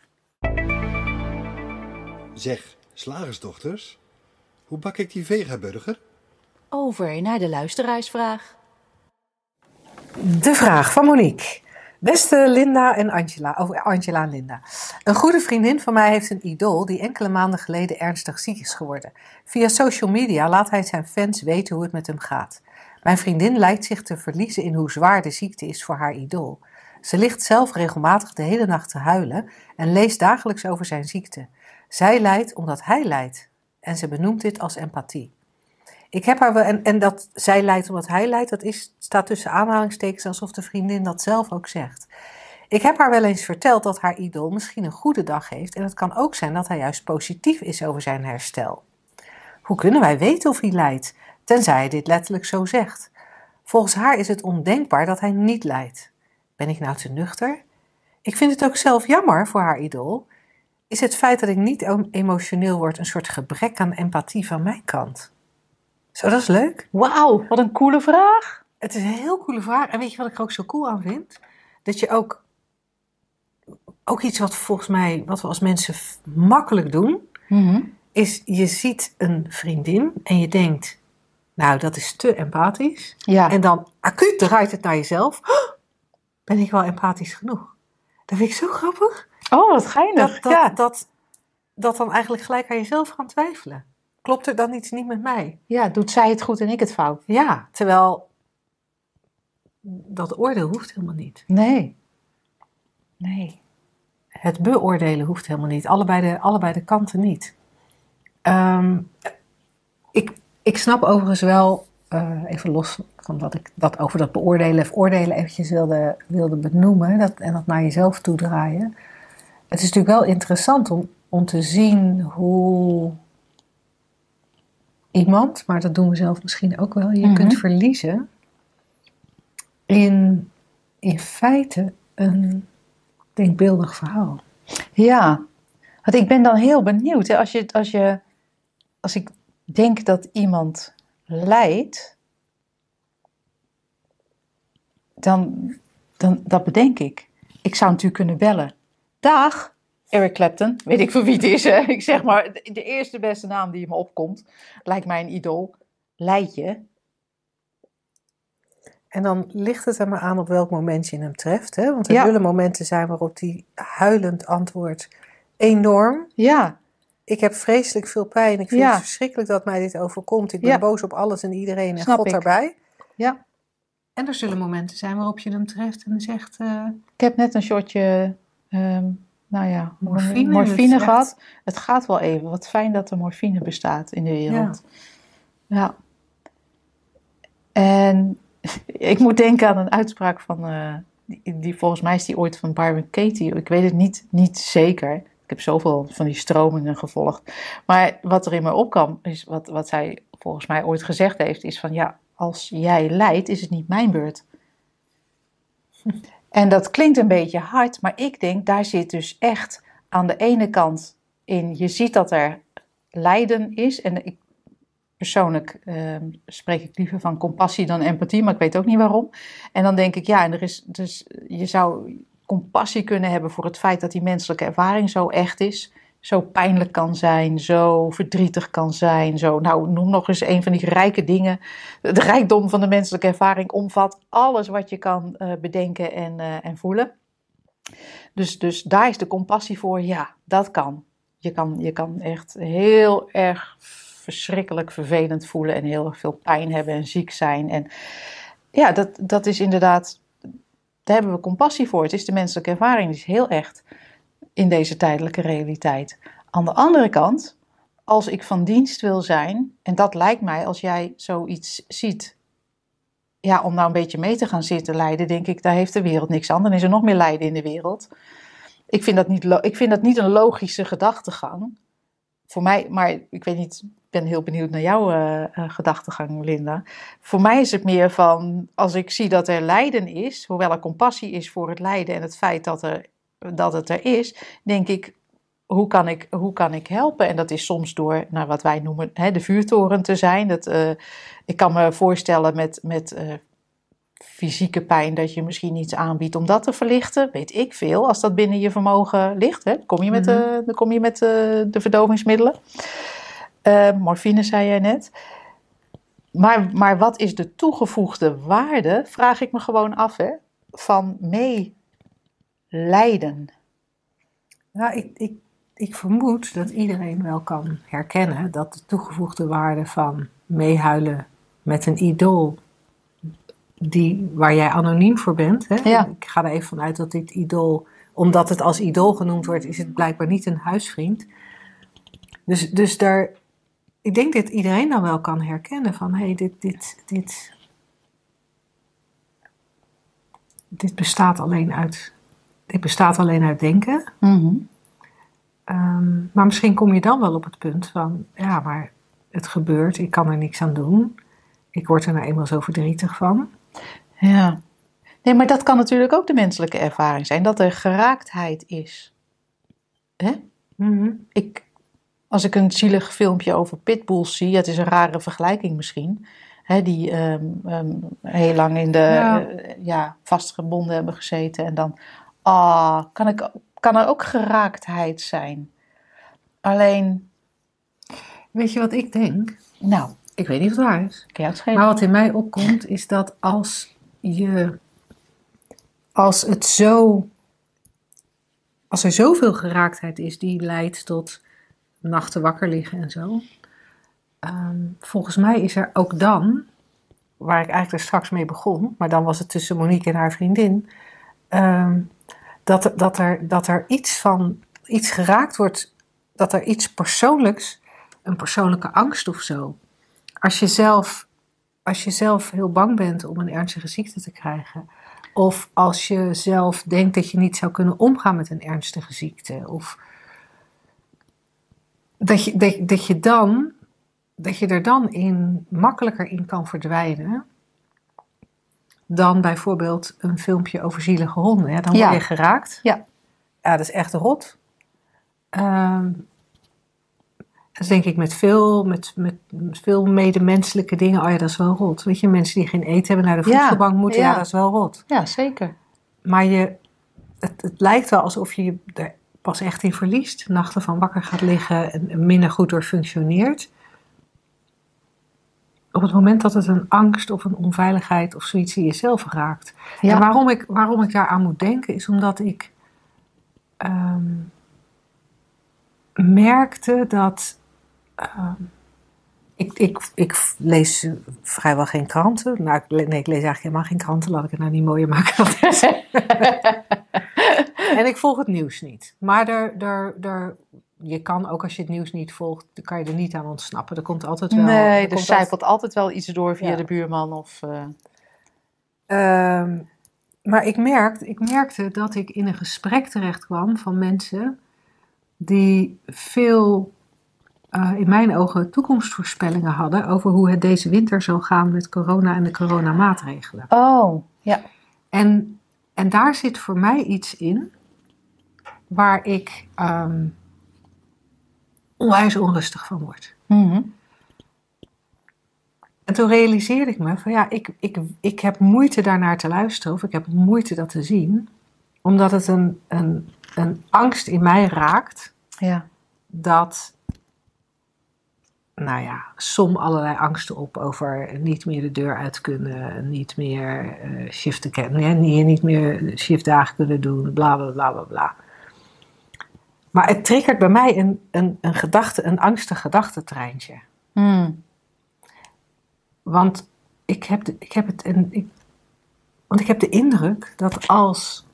Zeg, slagersdochters, hoe bak ik die vegaburger?
Over naar de luisteraarsvraag.
De vraag van Monique. Beste Linda en Angela, over Angela en Linda. Een goede vriendin van mij heeft een idool die enkele maanden geleden ernstig ziek is geworden. Via social media laat hij zijn fans weten hoe het met hem gaat. Mijn vriendin lijkt zich te verliezen in hoe zwaar de ziekte is voor haar idool. Ze ligt zelf regelmatig de hele nacht te huilen en leest dagelijks over zijn ziekte. Zij lijdt omdat hij lijdt en ze benoemt dit als empathie. Ik heb haar wel, en, en dat zij lijdt omdat hij lijdt, dat is, staat tussen aanhalingstekens alsof de vriendin dat zelf ook zegt. Ik heb haar wel eens verteld dat haar idool misschien een goede dag heeft en het kan ook zijn dat hij juist positief is over zijn herstel. Hoe kunnen wij weten of hij lijdt, tenzij hij dit letterlijk zo zegt? Volgens haar is het ondenkbaar dat hij niet lijdt. Ben ik nou te nuchter? Ik vind het ook zelf jammer voor haar idool. Is het feit dat ik niet emotioneel word een soort gebrek aan empathie van mijn kant? Zo, dat is leuk.
Wauw, wat een coole vraag.
Het is een heel coole vraag. En weet je wat ik er ook zo cool aan vind? Dat je ook, ook iets wat volgens mij, wat we als mensen makkelijk doen,
Mm-hmm.
is je ziet een vriendin en je denkt, nou, dat is te empathisch.
Ja.
En dan acuut draait het naar jezelf. Oh, ben ik wel empathisch genoeg? Dat vind ik zo grappig.
Oh, wat geinig.
Dat, dat,
ja.
dat, dat dan eigenlijk gelijk aan jezelf gaan twijfelen. Klopt er dan iets niet met mij?
ja, doet zij het goed en ik het fout?
Ja, terwijl dat oordeel hoeft helemaal niet.
Nee. Nee.
Het beoordelen hoeft helemaal niet. Allebei de, allebei de kanten niet. Um, ik, ik snap overigens wel, uh, even los van dat ik dat over dat beoordelen of oordelen eventjes wilde, wilde benoemen. Dat, en dat naar jezelf toedraaien. Het is natuurlijk wel interessant om, om te zien hoe iemand, maar dat doen we zelf misschien ook wel, je
Mm-hmm.
kunt verliezen in, in feite een denkbeeldig verhaal.
Ja, want ik ben dan heel benieuwd. Hè, als, je, als, je, als ik denk dat iemand lijdt, dan, dan dat bedenk ik. Ik zou natuurlijk kunnen bellen. Dag, Eric Clapton. Weet ik voor wie het is. Hè? Ik zeg maar, de eerste beste naam die me opkomt, lijkt mij een idool. Lijd je?
En dan ligt het er maar aan op welk moment je hem treft. Hè? Want er
Ja.
zullen momenten zijn waarop hij huilend antwoordt, enorm.
Ja,
Ik heb vreselijk veel pijn. Ik vind
Ja.
het verschrikkelijk dat mij dit overkomt. Ik ben
Ja.
boos op alles en iedereen en
Snap
God
ik.
daarbij.
ja.
En er zullen momenten zijn waarop je hem treft en zegt, uh,
Ik heb net een shotje, um, nou ja,
Morfine,
morfine
dat is
gehad. Het gaat wel even. Wat fijn dat er morfine bestaat in de wereld. Ja. En ik moet denken aan een uitspraak van, uh, die, die volgens mij is die ooit van Byron Katie. Ik weet het niet, niet zeker. Ik heb zoveel van die stromingen gevolgd. Maar wat er in me opkwam, is wat, wat zij volgens mij ooit gezegd heeft, is van ja, als jij lijdt, is het niet mijn beurt. En dat klinkt een beetje hard, maar ik denk, daar zit dus echt aan de ene kant in, je ziet dat er lijden is. En ik, persoonlijk uh, spreek ik liever van compassie dan empathie, maar ik weet ook niet waarom. En dan denk ik, ja, en er is, dus je zou compassie kunnen hebben voor het feit dat die menselijke ervaring zo echt is. Zo pijnlijk kan zijn, zo verdrietig kan zijn. Zo, nou, noem nog eens een van die rijke dingen. De rijkdom van de menselijke ervaring omvat alles wat je kan uh, bedenken en, uh, en voelen. Dus, dus daar is de compassie voor. Ja, dat kan. Je kan, je kan echt heel erg verschrikkelijk vervelend voelen en heel erg veel pijn hebben en ziek zijn. En ja, dat, dat is inderdaad, daar hebben we compassie voor. Het is de menselijke ervaring, die is heel echt in deze tijdelijke realiteit. Aan de andere kant, als ik van dienst wil zijn, en dat lijkt mij als jij zoiets ziet, ja, om nou een beetje mee te gaan zitten lijden, denk ik, daar heeft de wereld niks aan. Dan is er nog meer lijden in de wereld. Ik vind dat niet, ik vind dat niet een logische gedachtegang. Voor mij, maar ik weet niet, ik ben heel benieuwd naar jouw uh, uh, gedachtegang, Linda. Voor mij is het meer van, als ik zie dat er lijden is, hoewel er compassie is voor het lijden en het feit dat, er, dat het er is, denk ik, hoe kan ik, hoe kan ik helpen? En dat is soms door, nou, wat wij noemen, hè, de vuurtoren te zijn. Dat, uh, ik kan me voorstellen met, met uh, fysieke pijn dat je misschien iets aanbiedt om dat te verlichten. Weet ik veel, als dat binnen je vermogen ligt. Hè? Kom je met, uh, dan kom je met uh, de verdovingsmiddelen. Uh, morfine zei jij net. Maar, maar wat is de toegevoegde waarde, vraag ik me gewoon af, hè, van mee lijden?
Nou, ik, ik, ik vermoed dat iedereen wel kan herkennen dat de toegevoegde waarde van meehuilen met een idool, die, waar jij anoniem voor bent. Hè?
Ja.
Ik ga er even vanuit dat dit idool, omdat het als idool genoemd wordt, is het blijkbaar niet een huisvriend. Dus, dus daar, ik denk dat iedereen dan wel kan herkennen van, hé, hey, dit, dit, dit, dit bestaat alleen uit, dit bestaat alleen uit denken.
Mm-hmm.
Um, maar misschien kom je dan wel op het punt van, ja, maar het gebeurt, ik kan er niks aan doen. Ik word er nou eenmaal zo verdrietig van.
Ja. Nee, maar dat kan natuurlijk ook de menselijke ervaring zijn, dat er geraaktheid is. Hè?
Mm-hmm.
Ik, als ik een zielig filmpje over pitbulls zie, het is een rare vergelijking misschien, hè, die um, um, heel lang in de
Ja.
uh, ja, vastgebonden hebben gezeten en dan, ah, kan, ik, kan er ook geraaktheid zijn. Alleen,
Weet je wat ik denk?
nou,
Ik weet niet of het waar is.
kan je het schelen?
Maar wat in mij opkomt is dat als je, als het zo, als er zoveel geraaktheid is die leidt tot nachten wakker liggen en zo. Um, volgens mij is er ook dan, waar ik eigenlijk er straks mee begon, maar dan was het tussen Monique en haar vriendin, um, dat, dat, er, dat er iets van, iets geraakt wordt, dat er iets persoonlijks, een persoonlijke angst of zo. Als je zelf, als je zelf heel bang bent om een ernstige ziekte te krijgen, of als je zelf denkt dat je niet zou kunnen omgaan met een ernstige ziekte, of dat je, dat, dat je dan, dat je er dan in makkelijker in kan verdwijnen dan bijvoorbeeld een filmpje over zielige honden. Ja, dan
Ja.
word je geraakt.
Ja.
Ja, dat is echt rot. Um, dat is denk ik met veel, met, met veel medemenselijke dingen. Oh ja, dat is wel rot. Weet je, mensen die geen eten hebben, naar de
Ja,
voedselbank moeten. Ja.
ja.
ja, dat is wel rot.
Ja, zeker.
Maar je, het, het lijkt wel alsof je je er pas echt in verliest. Nachten van wakker gaat liggen en minder goed door functioneert. Op het moment dat het een angst of een onveiligheid of zoiets in jezelf raakt.
Ja.
En waarom ik, waarom ik daaraan moet denken is omdat ik um, merkte dat... Um, ik, ik, ik lees vrijwel geen kranten. Nou, ik, nee, ik lees eigenlijk helemaal geen kranten. Laat ik het nou niet mooier maken. En ik volg het nieuws niet. Maar er, er, er, je kan ook als je het nieuws niet volgt, dan kan je er niet aan ontsnappen. Er komt altijd wel...
Nee,
er
er zijpelt altijd wel iets door via
Ja.
de buurman of... Uh...
Um, maar ik merkte, ik merkte dat ik in een gesprek terecht kwam van mensen die veel, uh, in mijn ogen, toekomstvoorspellingen hadden over hoe het deze winter zou gaan met corona en de coronamaatregelen.
Oh, ja.
En, en daar zit voor mij iets in waar ik um, onwijs onrustig van word.
Mm-hmm.
En toen realiseerde ik me van ja, ik, ik, ik heb moeite daarnaar te luisteren of ik heb moeite dat te zien, omdat het een, een, een angst in mij raakt.
Ja.
Dat, nou ja, som allerlei angsten op over niet meer de deur uit kunnen, niet meer uh, shiften kennen, niet meer shiftdagen kunnen doen, bla bla bla bla bla. Maar het triggert bij mij een, een, een gedachte, een angstig gedachtentreintje.
Mm.
Want ik heb, de, ik heb het, en ik, want ik heb de indruk dat als,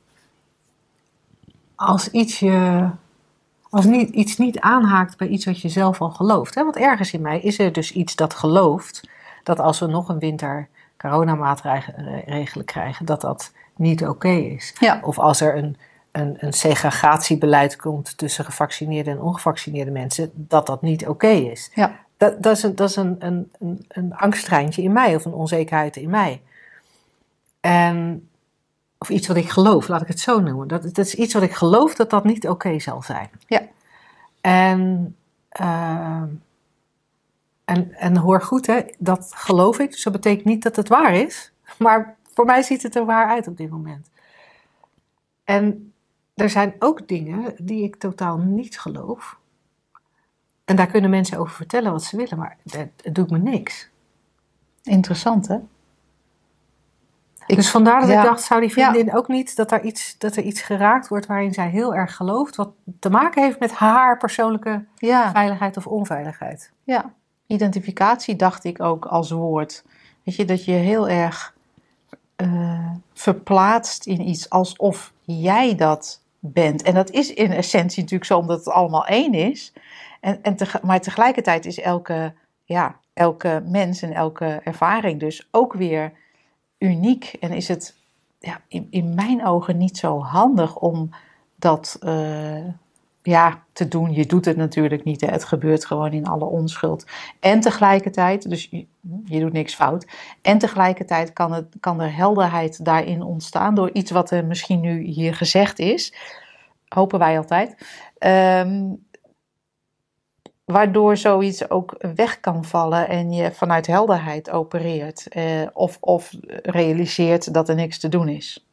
als iets je, als niet, iets niet aanhaakt bij iets wat je zelf al gelooft. Hè? Want ergens in mij is er dus iets dat gelooft dat als we nog een winter coronamaatregelen krijgen, dat dat niet oké okay is.
Ja.
Of als er een, een, een segregatiebeleid komt tussen gevaccineerde en ongevaccineerde mensen, dat dat niet oké okay is.
Ja.
Dat, dat is, een, dat is een, een, een, een angsttreintje in mij of een onzekerheid in mij. En, of iets wat ik geloof, laat ik het zo noemen. Dat, dat is iets wat ik geloof dat dat niet oké okay zal zijn.
Ja.
En, uh, en, en hoor goed, hè, dat geloof ik. Dus dat betekent niet dat het waar is. Maar voor mij ziet het er waar uit op dit moment. En er zijn ook dingen die ik totaal niet geloof. En daar kunnen mensen over vertellen wat ze willen, maar het, het doet me niks.
Interessant, hè? Ik,
Dus vandaar dat
ja.
ik dacht, zou die vriendin ook niet dat er, iets, dat er iets geraakt wordt waarin zij heel erg gelooft, wat te maken heeft met haar persoonlijke
ja.
veiligheid of onveiligheid.
Ja, identificatie dacht ik ook als woord. Weet je, dat je heel erg uh, verplaatst in iets alsof jij dat bent. En dat is in essentie natuurlijk zo, omdat het allemaal één is. En, en te, maar tegelijkertijd is elke, ja, elke mens en elke ervaring dus ook weer uniek. En is het ja, in, in mijn ogen niet zo handig om dat uh, ja, te doen. Je doet het natuurlijk niet. Hè. Het gebeurt gewoon in alle onschuld. En tegelijkertijd, dus je, je doet niks fout. En tegelijkertijd kan, het, kan er helderheid daarin ontstaan door iets wat er misschien nu hier gezegd is. Hopen wij altijd. Um, Waardoor zoiets ook weg kan vallen en je vanuit helderheid opereert. Eh, of, of realiseert dat er niks te doen is.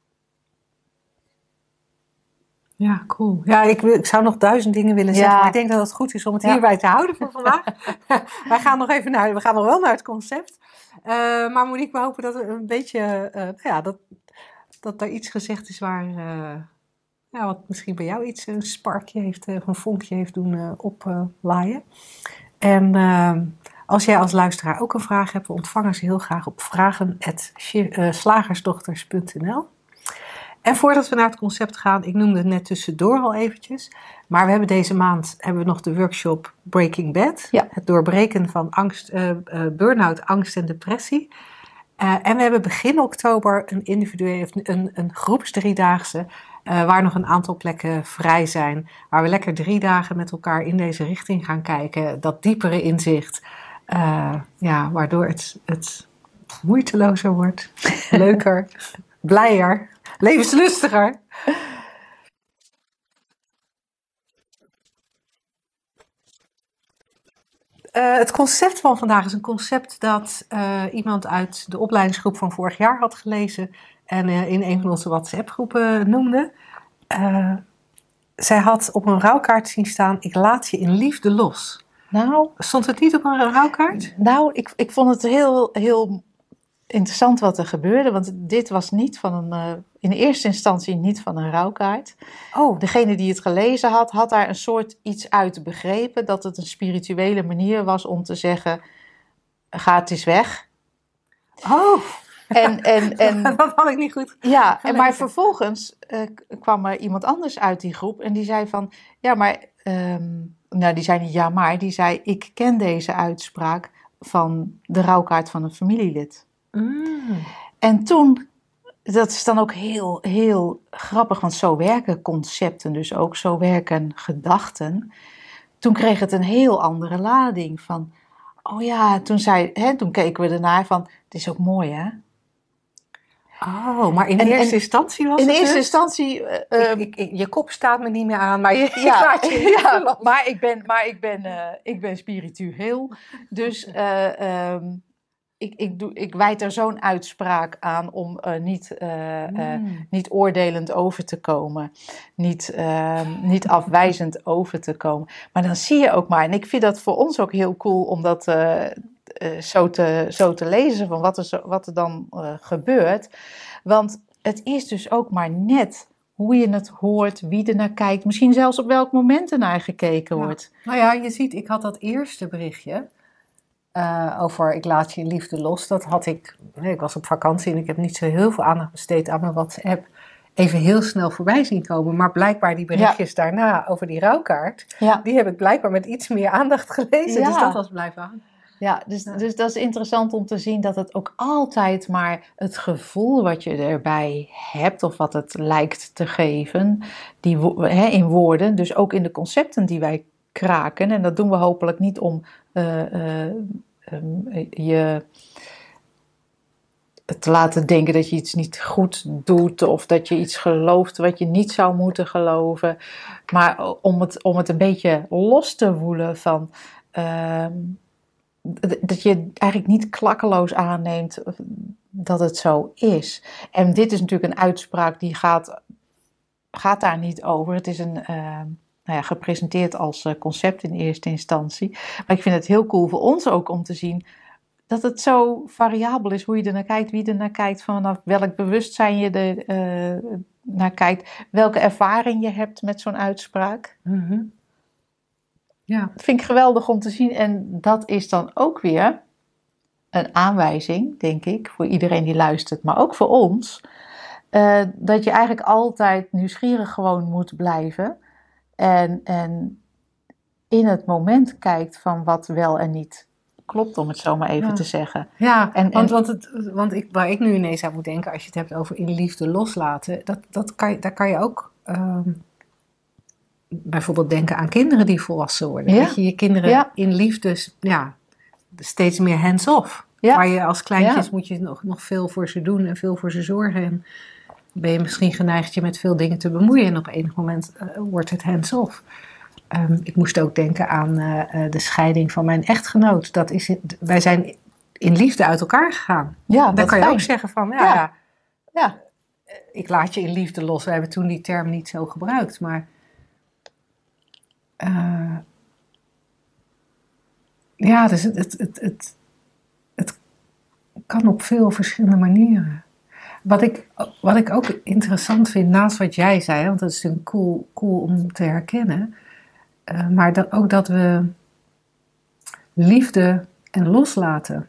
Ja, cool. Ja, ik, wil, ik zou nog duizend dingen willen zeggen. Ja. Maar ik denk dat het goed is om het ja. hierbij te houden voor vandaag. Wij gaan nog even naar, we gaan nog wel naar het concept. Uh, maar Monique, we hopen dat er een beetje, uh, nou ja, dat, dat er iets gezegd is waar... Uh, Ja, wat misschien bij jou iets, een sparkje heeft, of een vonkje heeft doen uh, oplaaien. Uh, en uh, als jij als luisteraar ook een vraag hebt, we ontvangen ze heel graag op vragen apenstaartje slagersdochters punt n l. En voordat we naar het concept gaan, ik noemde het net tussendoor al eventjes, maar we hebben deze maand hebben we nog de workshop Breaking Bad. Ja. Het doorbreken van angst, uh, uh, burn-out, angst en depressie. Uh, en we hebben begin oktober een individuele, een, een groepsdriedaagse, Uh, waar nog een aantal plekken vrij zijn. Waar we lekker drie dagen met elkaar in deze richting gaan kijken. Dat diepere inzicht. Uh, ja, waardoor het, het moeitelozer wordt. Leuker. Blijer. Levenslustiger. Uh, het concept van vandaag is een concept dat uh, iemand uit de opleidingsgroep van vorig jaar had gelezen. En uh, in een van onze WhatsApp-groepen noemde. Uh, zij had op een rouwkaart zien staan, ik laat je in liefde los.
Nou,
stond het niet op een rouwkaart?
Nou, ik, ik vond het heel, heel interessant wat er gebeurde. Want dit was niet van een, uh, in eerste instantie niet van een rouwkaart.
Oh.
Degene die het gelezen had, had daar een soort iets uit begrepen. Dat het een spirituele manier was om te zeggen, ga het eens weg.
Oh.
En, en, en,
dat had ik niet goed
Ja, en maar vervolgens uh, kwam er iemand anders uit die groep en die zei van, ja maar, um, nou die zei niet ja maar, die zei ik ken deze uitspraak van de rouwkaart van een familielid.
Mm.
En toen, dat is dan ook heel, heel grappig, want zo werken concepten, dus ook zo werken gedachten. Toen kreeg het een heel andere lading van, oh ja, toen, zei, hè, toen keken we ernaar van, het is ook mooi hè.
Oh, maar in en, eerste en, instantie was
in
het
In eerste
dus?
instantie... Uh,
ik, ik, ik, je kop staat me niet meer aan, maar je
ja,
laat je
ja, maar ik ben, maar ik ben, uh, ik ben spiritueel. Dus uh, um, ik, ik, doe, ik wijd er zo'n uitspraak aan om uh, niet, uh, mm. uh, niet oordelend over te komen. Niet, uh, niet afwijzend over te komen. Maar dan zie je ook maar, en ik vind dat voor ons ook heel cool om dat... Uh, Uh, zo, te, zo te lezen van wat er, zo, wat er dan uh, gebeurt. Want het is dus ook maar net hoe je het hoort, wie er naar kijkt. Misschien zelfs op welk moment er naar gekeken
ja.
wordt.
Nou ja, je ziet, ik had dat eerste berichtje uh, over ik laat je liefde los. Dat had ik, ik was op vakantie en ik heb niet zo heel veel aandacht besteed aan mijn WhatsApp. Even heel snel voorbij zien komen. Maar blijkbaar die berichtjes ja. daarna over die rouwkaart, ja. die heb ik blijkbaar met iets meer aandacht gelezen. Ja. Dus dat was blijven hangen.
Ja, dus, ja. dus dat is interessant om te zien dat het ook altijd maar het gevoel wat je erbij hebt of wat het lijkt te geven, die, hè, in woorden, dus ook in de concepten die wij kraken. En dat doen we hopelijk niet om uh, uh, um, je te laten denken dat je iets niet goed doet of dat je iets gelooft wat je niet zou moeten geloven. Maar om het, om het een beetje los te woelen van... Uh, dat je eigenlijk niet klakkeloos aanneemt dat het zo is. En dit is natuurlijk een uitspraak die gaat, gaat daar niet over. Het is een, uh, nou ja, gepresenteerd als uh, concept in eerste instantie. Maar ik vind het heel cool voor ons ook om te zien... dat het zo variabel is hoe je er naar kijkt, wie er naar kijkt, vanaf welk bewustzijn je er uh, naar kijkt, welke ervaring je hebt met zo'n uitspraak.
Mm-hmm. Ja.
Dat vind ik geweldig om te zien en dat is dan ook weer een aanwijzing, denk ik, voor iedereen die luistert, maar ook voor ons, uh, dat je eigenlijk altijd nieuwsgierig gewoon moet blijven en, en in het moment kijkt van wat wel en niet klopt, om het zo maar even
ja.
te zeggen.
Ja,
en,
want,
en,
want, het, want ik, waar ik nu ineens aan moet denken, als je het hebt over in liefde loslaten, dat, dat kan, daar kan je ook um, bijvoorbeeld denken aan kinderen die volwassen worden.
Ja.
Dat je je kinderen
ja.
in liefde ja, steeds meer hands-off.
Ja.
Waar je als kleintjes
ja.
moet je nog, nog veel voor ze doen en veel voor ze zorgen. En ben je misschien geneigd je met veel dingen te bemoeien en op enig moment uh, wordt het hands-off. Um, ik moest ook denken aan uh, uh, de scheiding van mijn echtgenoot. Dat is, wij zijn in liefde uit elkaar gegaan.
Ja,
Dan
dat
kan je
fijn.
ook zeggen van, ja,
ja.
ja,
ja,
ik laat je in liefde los. We hebben toen die term niet zo gebruikt, maar uh, ja, dus het, het, het, het, het kan op veel verschillende manieren. Wat ik, wat ik ook interessant vind, naast wat jij zei, want dat is natuurlijk cool, cool om te herkennen, uh, maar dat, ook dat we liefde en loslaten,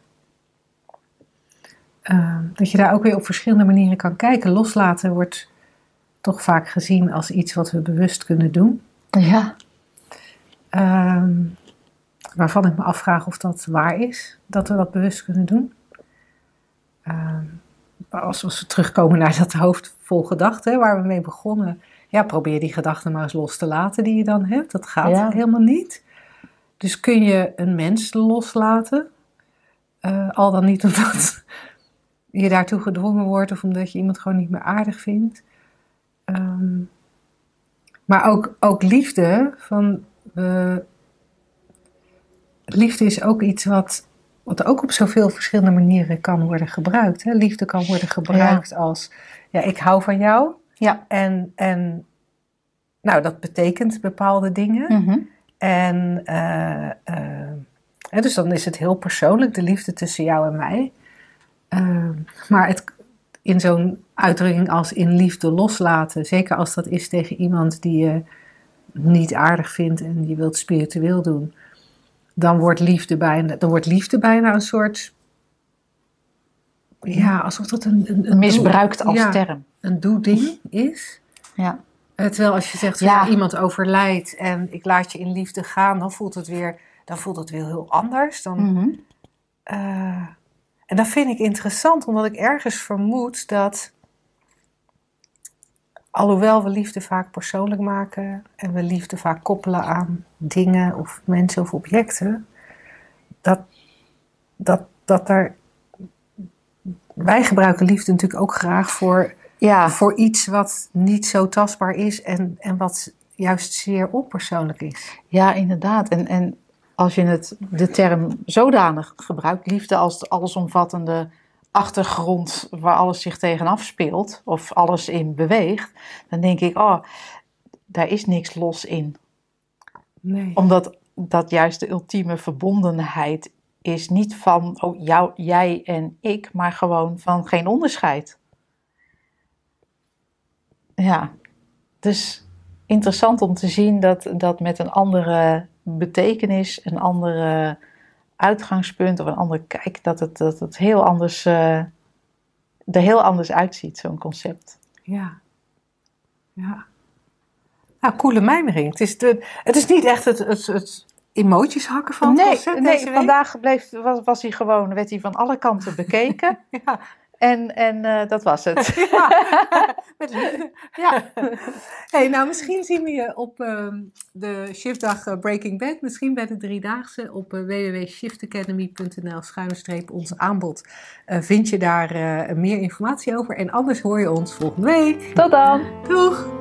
uh, dat je daar ook weer op verschillende manieren kan kijken. Loslaten wordt toch vaak gezien als iets wat we bewust kunnen doen.
Ja.
Uh, waarvan ik me afvraag of dat waar is, dat we dat bewust kunnen doen. Uh, als, als we terugkomen naar dat hoofd vol gedachten, waar we mee begonnen. Ja, probeer die gedachten maar eens los te laten die je dan hebt. Dat gaat
ja.
helemaal niet. Dus kun je een mens loslaten, uh, al dan niet omdat je daartoe gedwongen wordt of omdat je iemand gewoon niet meer aardig vindt. Um, maar ook, ook liefde, van, uh, liefde is ook iets wat, wat ook op zoveel verschillende manieren kan worden gebruikt. Hè? Liefde kan worden gebruikt ja. als, ja, ik hou van jou.
Ja.
En, en nou, dat betekent bepaalde dingen.
Mm-hmm.
En uh, uh, ja, dus dan is het heel persoonlijk, de liefde tussen jou en mij. Uh, maar het, in zo'n uitdrukking als in liefde loslaten, zeker als dat is tegen iemand die je niet aardig vindt en je wilt spiritueel doen, dan wordt liefde bijna, dan wordt liefde bijna een soort, ja, alsof dat een, een, een
misbruikt
doel,
als
ja,
term.
Een doe-ding is.
Ja.
Terwijl als je zegt,
ja.
ja, iemand overlijdt en ik laat je in liefde gaan, dan voelt het weer, dan voelt het weer heel anders. Dan,
mm-hmm.
uh, en dat vind ik interessant, omdat ik ergens vermoed dat, alhoewel we liefde vaak persoonlijk maken en we liefde vaak koppelen aan dingen of mensen of objecten, dat, dat, dat er, wij gebruiken liefde natuurlijk ook graag voor,
ja.
voor iets wat niet zo tastbaar is en, en wat juist zeer onpersoonlijk is.
Ja, inderdaad. En, en als je het, de term zodanig gebruikt, liefde als de allesomvattende achtergrond waar alles zich tegen afspeelt of alles in beweegt, dan denk ik, oh, daar is niks los in.
Nee.
Omdat dat juist de ultieme verbondenheid is niet van oh, jou, jij en ik, maar gewoon van geen onderscheid. Ja, dus interessant om te zien dat, dat met een andere betekenis, een andere uitgangspunt of een andere kijk, dat het, dat het heel anders, uh, er heel anders uitziet, zo'n concept.
Ja. Ja. Nou, coole mijmering. Het is, de, het is niet echt het, het, het emoties hakken van het
nee,
concept
nee,
deze week.
Vandaag bleef, was, was hij gewoon, werd hij van alle kanten bekeken.
Ja.
En, en uh, dat was het.
Ja, met liefde. Ja. Hey, nou, misschien zien we je op uh, de shiftdag uh, Breaking Bad. Misschien bij de driedaagse op uh, w w w punt shift academy punt n l schuine streep ons aanbod. Uh, vind je daar uh, meer informatie over. En anders hoor je ons volgende week.
Tot dan.
Doeg.